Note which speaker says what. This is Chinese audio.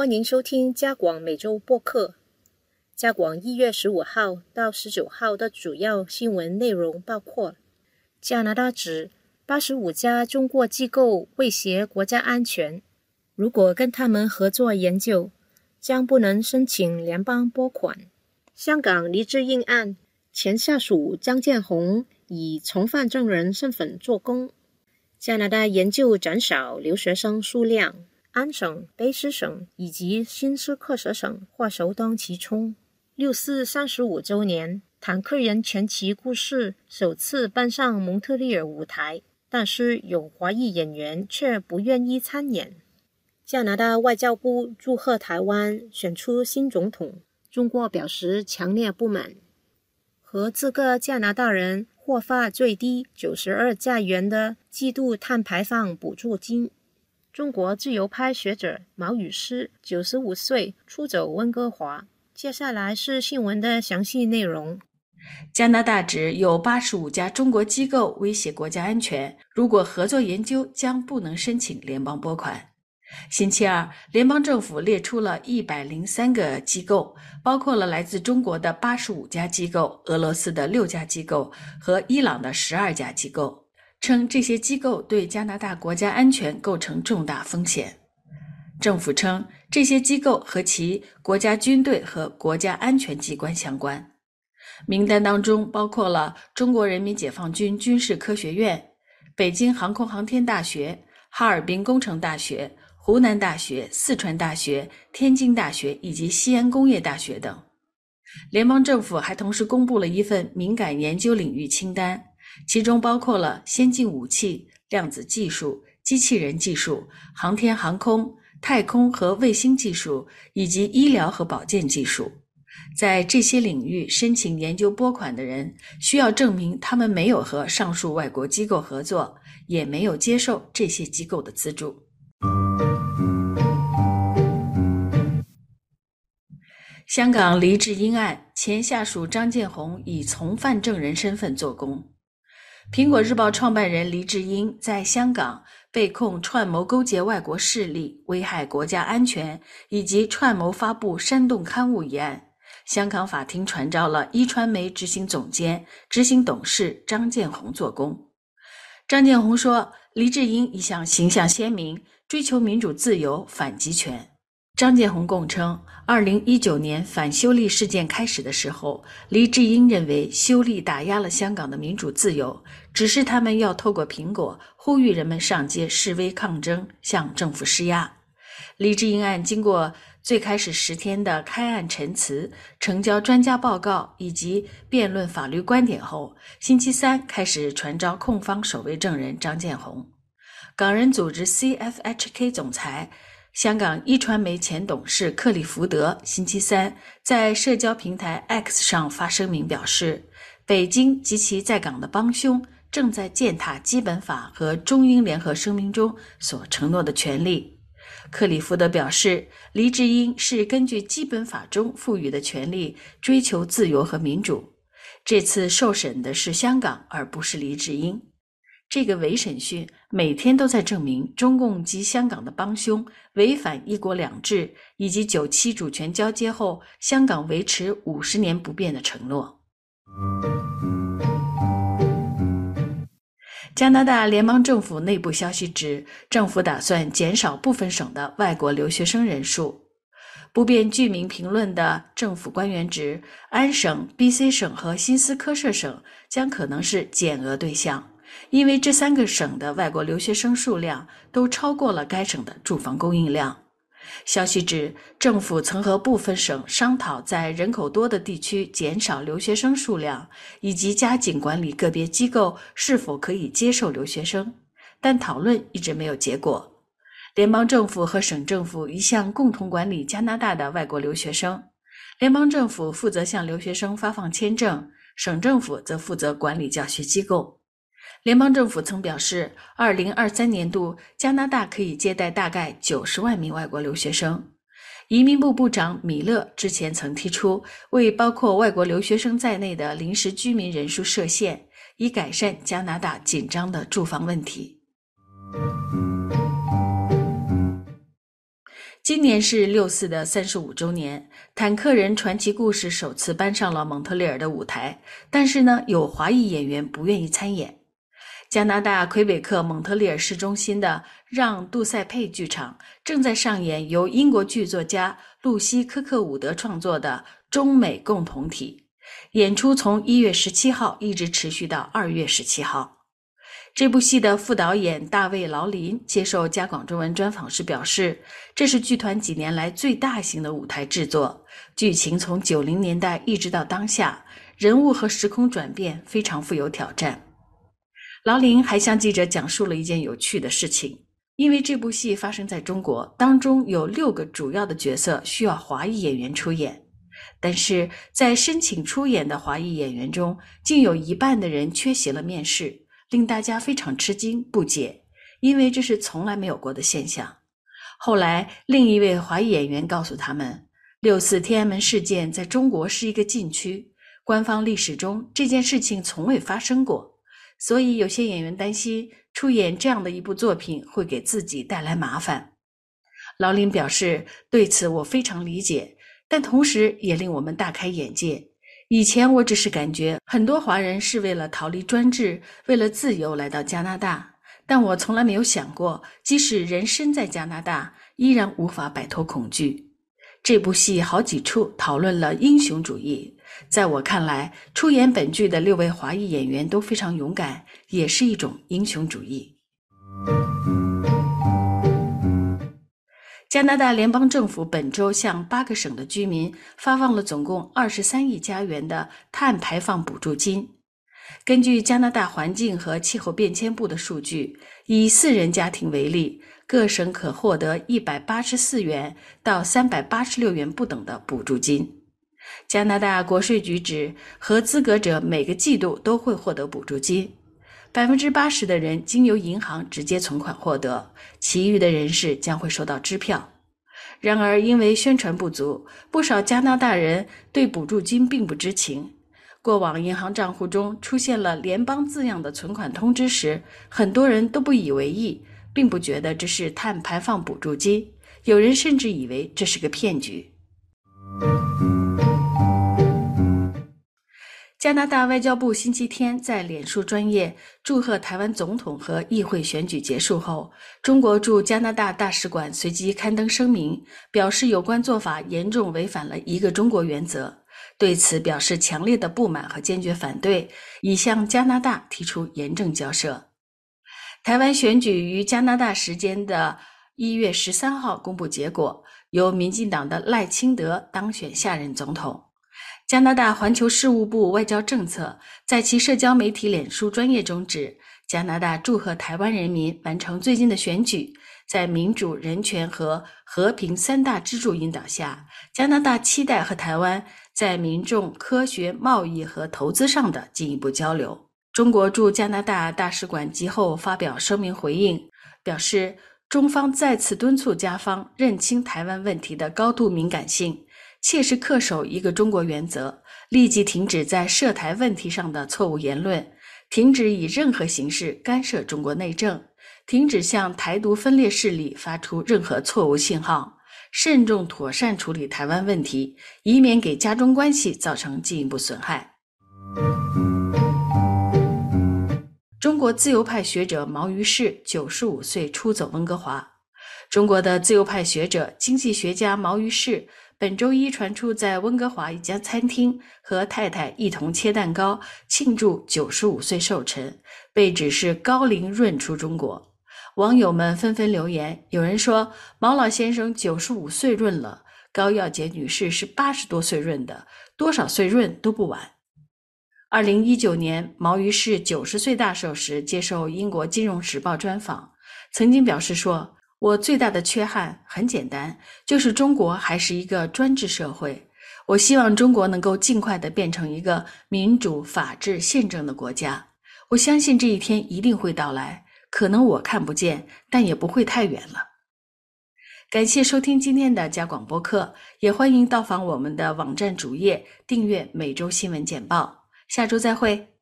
Speaker 1: 欢迎收听加广每周播客。加广1月15号到19号的主要新闻内容包括：加拿大指85家中国机构威胁国家安全，如果跟他们合作研究，将不能申请联邦拨款。香港黎智英案，前下属张建宏以从犯证人身份作供。加拿大研究减少留学生数量，安省、卑诗省以及新斯克舍省或首当其冲。6·4 35周年，坦克人传奇故事首次搬上蒙特利尔舞台，但是有华裔演员却不愿意参演。加拿大外交部祝贺台湾选出新总统，中国表示强烈不满。合资格加拿大人获发最低92加元的季度碳排放补助金。中国自由派学者毛宇诗95岁出走温哥华。接下来是新闻的详细内容。
Speaker 2: 加拿大指有85家中国机构威胁国家安全，如果合作研究将不能申请联邦拨款。星期二，联邦政府列出了103个机构，包括了来自中国的85家机构、俄罗斯的6家机构和伊朗的12家机构，称这些机构对加拿大国家安全构成重大风险。政府称这些机构和其国家军队和国家安全机关相关。名单当中包括了中国人民解放军军事科学院、北京航空航天大学、哈尔滨工程大学、湖南大学、四川大学、天津大学以及西安工业大学等。联邦政府还同时公布了一份敏感研究领域清单，其中包括了先进武器、量子技术、机器人技术、航天航空、太空和卫星技术以及医疗和保健技术。在这些领域申请研究拨款的人需要证明他们没有和上述外国机构合作，也没有接受这些机构的资助。香港黎智英案，前下属张建宏以从犯证人身份作供。苹果日报创办人黎智英在香港被控串谋勾结外国势力、危害国家安全以及串谋发布煽动刊物一案，香港法庭传召了一传媒执行总监、执行董事张建宏作供。张建宏说，黎智英一向形象鲜明，追求民主自由、反极权。张建宏供称，2019年反修例事件开始的时候，黎智英认为修例打压了香港的民主自由，指示他们要透过苹果呼吁人们上街示威抗争，向政府施压。黎智英案经过最开始10天的开案陈词、呈交专家报告以及辩论法律观点后，星期三开始传召控方首位证人张建宏。港人组织 CFHK 总裁、香港一传媒前董事克里福德星期三在社交平台 X 上发声明表示，北京及其在港的帮凶正在践踏基本法和中英联合声明中所承诺的权利。克里福德表示，黎智英是根据基本法中赋予的权利追求自由和民主。这次受审的是香港，而不是黎智英。这个伪审讯每天都在证明中共及香港的帮凶违反一国两制以及97主权交接后香港维持50年不变的承诺。加拿大联邦政府内部消息指，政府打算减少部分省的外国留学生人数。不便具名评论的政府官员指，安省、BC 省和新斯科舍省将可能是减额对象，因为这3个省的外国留学生数量都超过了该省的住房供应量。消息指，政府曾和部分省商讨在人口多的地区减少留学生数量，以及加紧管理个别机构是否可以接受留学生，但讨论一直没有结果。联邦政府和省政府一向共同管理加拿大的外国留学生，联邦政府负责向留学生发放签证，省政府则负责管理教学机构。联邦政府曾表示，2023年度加拿大可以接待大概90万名外国留学生。移民部部长米勒之前曾提出，为包括外国留学生在内的临时居民人数设限，以改善加拿大紧张的住房问题。 今年是6·4的35周年，坦克人传奇故事首次搬上了蒙特利尔的舞台，但是呢，有华裔演员不愿意参演。加拿大魁北克蒙特利尔市中心的让·杜塞佩剧场正在上演由英国剧作家露西·科克伍德创作的中美共同体，演出从1月17号一直持续到2月17号。这部戏的副导演大卫·劳林接受加广中文专访时表示，这是剧团几年来最大型的舞台制作，剧情从90年代一直到当下，人物和时空转变非常富有挑战。劳林还向记者讲述了一件有趣的事情，因为这部戏发生在中国，当中有6个主要的角色需要华裔演员出演，但是在申请出演的华裔演员中，竟有1半的人缺席了面试，令大家非常吃惊不解，因为这是从来没有过的现象。后来另一位华裔演员告诉他们，6·4天安门事件在中国是一个禁区，官方历史中这件事情从未发生过，所以有些演员担心出演这样的一部作品会给自己带来麻烦。劳林表示，对此我非常理解，但同时也令我们大开眼界。以前我只是感觉很多华人是为了逃离专制，为了自由来到加拿大，但我从来没有想过，即使人身在加拿大，依然无法摆脱恐惧。这部戏好几处讨论了英雄主义，在我看来，出演本剧的6位华裔演员都非常勇敢，也是一种英雄主义。加拿大联邦政府本周向8个省的居民发放了总共23亿加元的碳排放补助金。根据加拿大环境和气候变迁部的数据，以4人家庭为例，各省可获得184元到386元不等的补助金。加拿大国税局指，合资格者每个季度都会获得补助金。80%的人经由银行直接存款获得，其余的人士将会收到支票。然而，因为宣传不足，不少加拿大人对补助金并不知情。过往银行账户中出现了联邦字样的存款通知时，很多人都不以为意，并不觉得这是碳排放补助金，有人甚至以为这是个骗局。加拿大外交部星期天在脸书专页祝贺台湾总统和议会选举结束后，中国驻加拿大大使馆随即刊登声明，表示有关做法严重违反了一个中国原则，对此表示强烈的不满和坚决反对，已向加拿大提出严正交涉。台湾选举于加拿大时间的1月13号公布结果，由民进党的赖清德当选下任总统。加拿大环球事务部外交政策在其社交媒体脸书专页中指，加拿大祝贺台湾人民完成最近的选举，在民主、人权和和平3大支柱引导下，加拿大期待和台湾在民众、科学、贸易和投资上的进一步交流。中国驻加拿大大使馆及后发表声明回应，表示中方再次敦促加方认清台湾问题的高度敏感性，切实恪守一个中国原则，立即停止在涉台问题上的错误言论，停止以任何形式干涉中国内政，停止向台独分裂势力发出任何错误信号，慎重妥善处理台湾问题，以免给加中关系造成进一步损害。中国自由派学者毛于轼95岁出走温哥华。中国的自由派学者、经济学家毛于轼本周一传出在温哥华一家餐厅和太太一同切蛋糕庆祝95岁寿辰，被指是高龄润出中国。网友们纷纷留言，有人说毛老先生95岁润了，高耀洁女士是80多岁润的，多少岁润都不晚。2019年毛于轼90岁大寿时接受英国金融时报专访，曾经表示说，我最大的缺憾很简单，就是中国还是一个专制社会。我希望中国能够尽快地变成一个民主、法治、宪政的国家。我相信这一天一定会到来，可能我看不见，但也不会太远了。感谢收听今天的加广播课，也欢迎到访我们的网站主页，订阅每周新闻简报。下周再会。